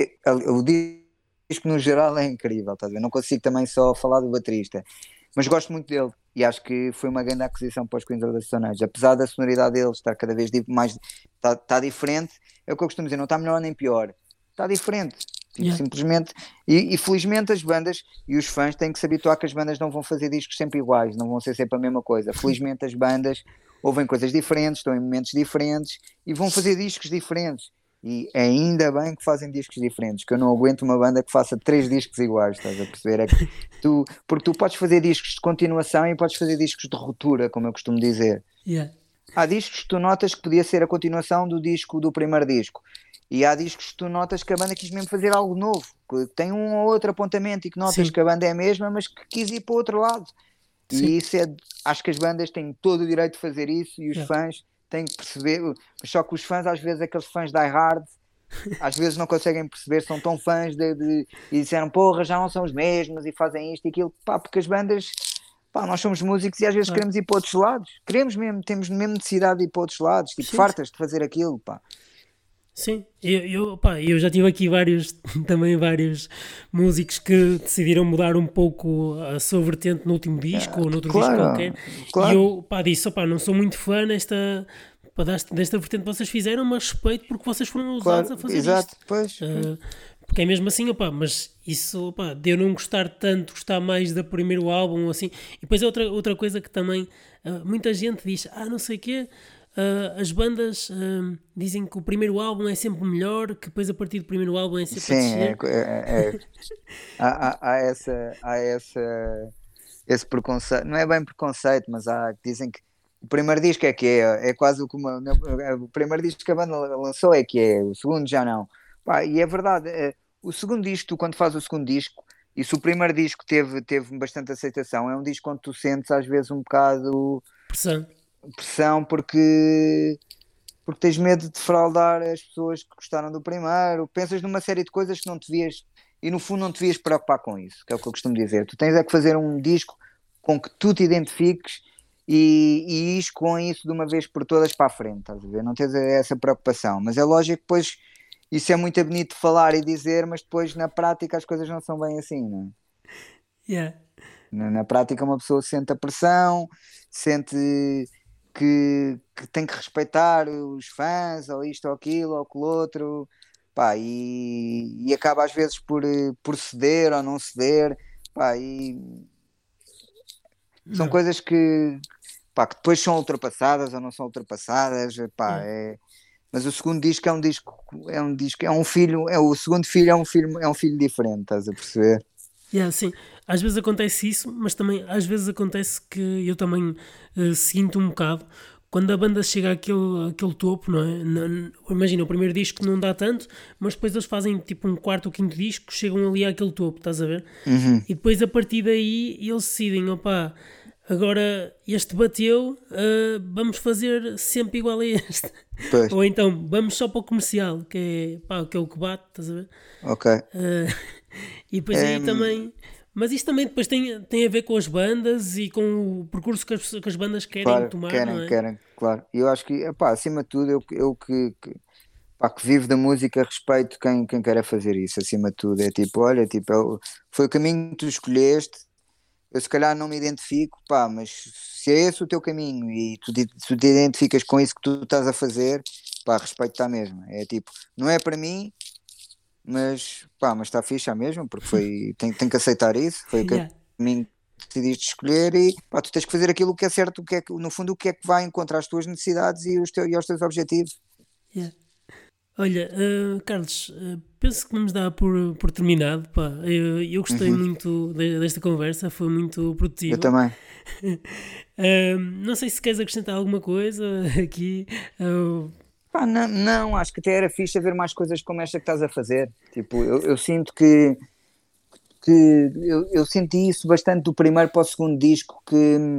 B: O disco no geral é incrível, estás a ver? Não consigo também só falar do baterista, mas gosto muito dele e acho que foi uma grande aquisição para os Queens of the Stone Age, apesar da sonoridade deles estar cada vez mais, está diferente, é o que eu costumo dizer, não está melhor nem pior, está diferente. Tipo,
A: yeah,
B: simplesmente, e felizmente as bandas e os fãs têm que se habituar que as bandas não vão fazer discos sempre iguais, não vão ser sempre a mesma coisa. Felizmente as bandas ouvem coisas diferentes, estão em momentos diferentes e vão fazer discos diferentes. E ainda bem que fazem discos diferentes, que eu não aguento uma banda que faça três discos iguais, estás a perceber? Porque tu podes fazer discos de continuação e podes fazer discos de ruptura, como eu costumo dizer.
A: yeah.
B: Há discos que tu notas que podia ser a continuação do disco do primeiro disco. E há discos que tu notas que a banda quis mesmo fazer algo novo, que tem um ou outro apontamento e que notas
A: Sim,
B: que a banda é a mesma, mas que quis ir para o outro lado.
A: sim,
B: E isso é, acho que as bandas têm todo o direito de fazer isso e os
A: yeah.
B: fãs têm que perceber. Mas só que os fãs, às vezes, aqueles fãs die hard, às vezes não conseguem perceber, são tão fãs e disseram, porra, já não são os mesmos e fazem isto e aquilo, pá, porque as bandas, pá, nós somos músicos e às vezes
A: Claro.
B: queremos ir para outros lados, queremos mesmo, temos mesmo necessidade de ir para outros lados, tipo,
A: Sim, sim.
B: fartas de fazer aquilo, pá.
A: Sim, pá, eu já tive aqui vários, também vários músicos que decidiram mudar um pouco a sua vertente no último disco ou noutro disco
B: Claro,
A: qualquer. E
B: claro,
A: eu, pá, disse, opá, não sou muito fã pá, desta vertente que vocês fizeram, mas respeito porque vocês foram usados
B: claro,
A: a fazer isto.
B: exato, pois, pois.
A: Ah, porque é mesmo assim, opá, mas isso, opá, de eu não gostar tanto, gostar mais do primeiro álbum, assim. E depois é outra coisa que também muita gente diz, não sei o quê, as bandas dizem que o primeiro álbum é sempre melhor, que depois a partir do primeiro álbum é sempre a
B: Sim,
A: descer.
B: há esse preconceito, não é bem preconceito, mas dizem que o primeiro disco é que é quase o que o primeiro disco que a banda lançou é que é, o segundo já não. Pá, e é verdade, o segundo disco, tu quando fazes o segundo disco, e se o primeiro disco teve bastante aceitação, é um disco onde tu sentes às vezes um bocado
A: Pressão.
B: pressão porque tens medo de defraudar as pessoas que gostaram do primeiro, pensas numa série de coisas que não te devias, e no fundo não te devias preocupar com isso, que é o que eu costumo dizer. Tu tens é que fazer um disco com que tu te identifiques e ires com isso de uma vez por todas para a frente, estás a ver? Não tens essa preocupação, mas é lógico que depois isso é muito bonito de falar e dizer, mas depois na prática as coisas não são bem assim, não é?
A: Yeah.
B: Na prática, uma pessoa sente a pressão, sente que tem que respeitar os fãs, ou isto ou aquilo, ou aquilo outro, pá, e acaba às vezes por ceder ou não ceder, pá, e são
A: Não.
B: coisas pá, que depois são ultrapassadas ou não são ultrapassadas, pá,
A: Yeah.
B: mas o segundo disco é um filho, o segundo filho é um filho diferente, estás a perceber?
A: Yeah, sim, às vezes acontece isso, mas também às vezes acontece que eu também sinto um bocado quando a banda chega àquele topo, não é? Imagina, o primeiro disco não dá tanto, mas depois eles fazem tipo um quarto ou quinto disco, chegam ali àquele topo, estás a ver?
B: Uhum,
A: E depois a partir daí eles decidem, opá, agora este bateu, vamos fazer sempre igual a este.
B: pois,
A: Ou então vamos só para o comercial, que é o que bate, estás a ver?
B: ok.
A: Uh, e depois aí
B: Em,
A: também. Mas isto também depois tem a ver com as bandas e com o percurso que as bandas querem
B: Claro,
A: tomar, não
B: querem,
A: é?
B: querem, claro. E eu acho que, epá, acima de tudo, eu pá, que vivo da música, respeito quem queira fazer isso, acima de tudo. É tipo, olha, tipo, foi o caminho que tu escolheste, eu se calhar não me identifico, pá, mas se é esse o teu caminho e tu te identificas com isso que tu estás a fazer, pá, respeito-te à mesma. É tipo, não é para mim, mas pá, mas está fixe já mesmo, porque tem que aceitar isso, foi o
A: Yeah,
B: caminho que decidiste escolher e pá, tu tens que fazer aquilo que é certo, no fundo o que é que vai encontrar as tuas necessidades e os teus objetivos.
A: yeah. Olha, Carlos, penso que vamos dar por terminado. Pá. Eu gostei
B: Uhum,
A: muito desta conversa, foi muito
B: eu
A: produtiva.
B: também.
A: Não sei se queres acrescentar alguma coisa aqui.
B: Pá, não, não, acho que até era fixe haver mais coisas como esta que estás a fazer. Tipo, eu sinto que eu senti isso bastante do primeiro para o segundo disco, que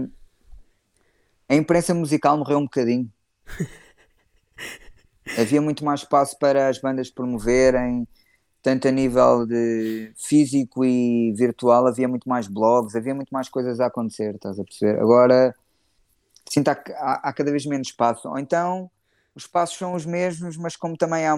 B: a imprensa musical morreu um bocadinho. Havia muito mais espaço para as bandas promoverem, tanto a nível de físico e virtual, havia muito mais blogs, havia muito mais coisas a acontecer, estás a perceber? Agora sinto que há cada vez menos espaço. Ou então os espaços são os mesmos, mas como também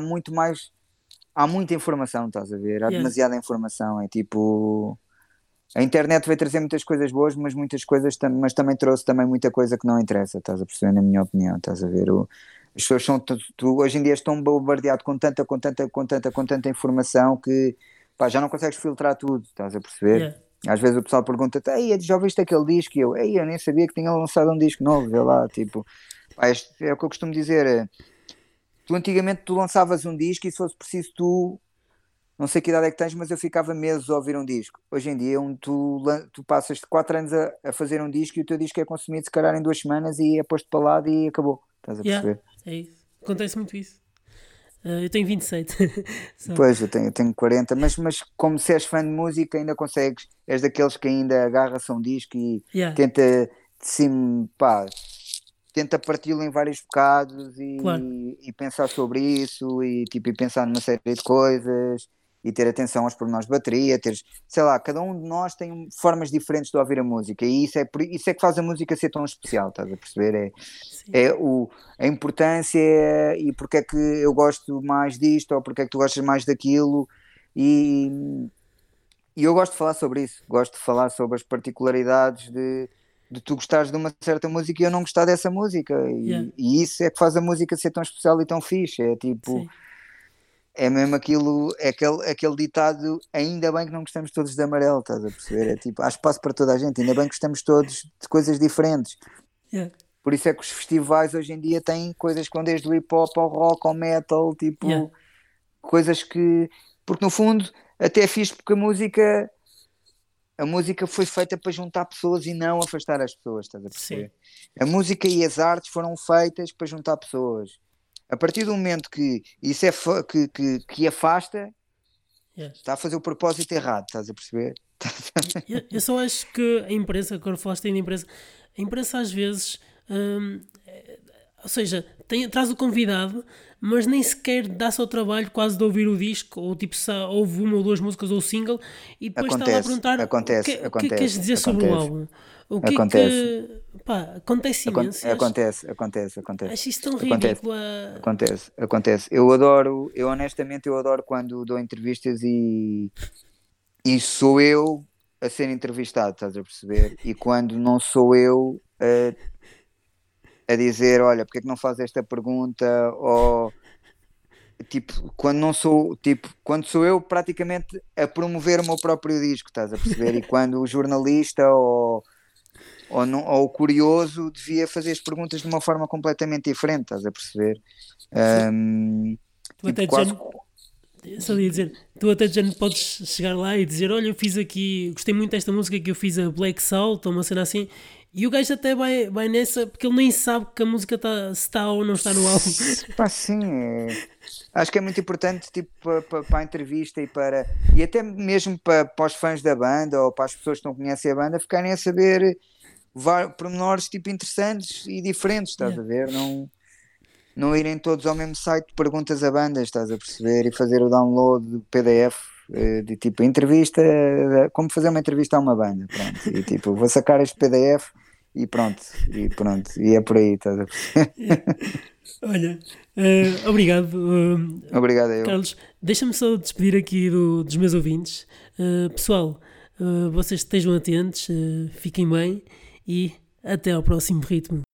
B: há muita informação, estás a ver? Há
A: Yeah,
B: demasiada informação. É tipo. A internet vai trazer muitas coisas boas, mas muitas coisas, mas também trouxe também muita coisa que não interessa, estás a perceber, na minha opinião, estás a ver? As pessoas são, tu hoje em dia estão bombardeado com tanta informação que pá, já não consegues filtrar tudo, estás a perceber?
A: yeah,
B: Às vezes o pessoal pergunta-te, ei, já ouviste aquele disco? E eu nem sabia que tinha lançado um disco novo, vê lá, tipo, pá, é o que eu costumo dizer, tu antigamente tu lançavas um disco e se fosse preciso tu não sei que idade é que tens, mas eu ficava meses a ouvir um disco. Hoje em dia, tu passas 4 anos a fazer um disco e o teu disco é consumido se calhar em 2 semanas e é posto para lado e acabou. Estás a
A: yeah,
B: perceber?
A: é isso. Acontece muito isso. Eu tenho 27. Só.
B: Pois, eu tenho 40, mas como se és fã de música, ainda consegues, és daqueles que ainda agarra-se a um disco e
A: Yeah,
B: tenta, de cima, pá, tenta parti-lo em vários bocados
A: claro.
B: e pensar sobre isso e pensar numa série de coisas e ter atenção aos pormenores de bateria, sei lá, cada um de nós tem formas diferentes de ouvir a música e isso é que faz a música ser tão especial, estás a perceber?
A: Sim.
B: É a importância e porque é que eu gosto mais disto ou porque é que tu gostas mais daquilo e, e eu gosto de falar sobre isso, gosto de falar sobre as particularidades de tu gostares de uma certa música e eu não gostar dessa música.
A: Yeah,
B: E isso é que faz a música ser tão especial e tão fixe. É tipo,
A: sim.
B: é mesmo aquilo, é aquele ditado, ainda bem que não gostamos todos de amarelo, estás a perceber? É tipo, há espaço para toda a gente, ainda bem que gostamos todos de coisas diferentes.
A: Yeah,
B: Por isso é que os festivais hoje em dia têm coisas que vão desde o hip hop ao rock ao metal,
A: yeah,
B: tipo, coisas que. Porque no fundo, até é fixe porque a música foi feita para juntar pessoas e não afastar as pessoas, estás a
A: sim.
B: perceber? A música e as artes foram feitas para juntar pessoas. A partir do momento que isso que afasta,
A: Yeah.
B: está a fazer o propósito errado, estás a perceber?
A: Eu só acho que a imprensa, agora falaste aí da imprensa, a imprensa às vezes, ou seja, traz o convidado, mas nem sequer dá-se ao trabalho quase de ouvir o disco, ou tipo, se houve uma ou duas músicas ou single, e depois está lá a
B: Acontece,
A: perguntar
B: acontece,
A: o que é que queres
B: acontece,
A: dizer sobre o
B: acontece,
A: álbum? O que é
B: acontece,
A: que. Pá, acontece imenso e
B: acontece, acontece, acontece,
A: acho isso tão
B: acontece.
A: ridículo.
B: Acontece. Eu honestamente, eu adoro quando dou entrevistas e sou eu a ser entrevistado, estás a perceber? E quando não sou eu a dizer, olha, porque é que não faz esta pergunta? Ou tipo, quando sou eu praticamente a promover o meu próprio disco, estás a perceber? E quando o jornalista ou o curioso devia fazer as perguntas de uma forma completamente diferente, estás a perceber?
A: Tu, tu
B: Tipo,
A: até
B: quase.
A: já, só ia dizer, tu até já podes chegar lá e dizer: Olha, eu fiz aqui, gostei muito desta música que eu fiz a Black Salt, ou uma cena assim. E o gajo até vai nessa porque ele nem sabe que a música se está ou não está no álbum.
B: Pá, sim, acho que é muito importante tipo, para a entrevista e até mesmo para os fãs da banda ou para as pessoas que não conhecem a banda ficarem a saber pormenores tipo, interessantes e diferentes,
A: Yeah,
B: estás a ver? Não irem todos ao mesmo site de perguntas a bandas, estás a perceber? E fazer o download do PDF de tipo entrevista, como fazer uma entrevista a uma banda, pronto. E tipo, vou sacar este PDF e pronto, e é por aí, estás a perceber?
A: yeah. Olha, obrigado,
B: Obrigado a eu.
A: Carlos. Deixa-me só despedir aqui dos meus ouvintes. Pessoal, vocês estejam atentos, fiquem bem e até ao próximo ritmo.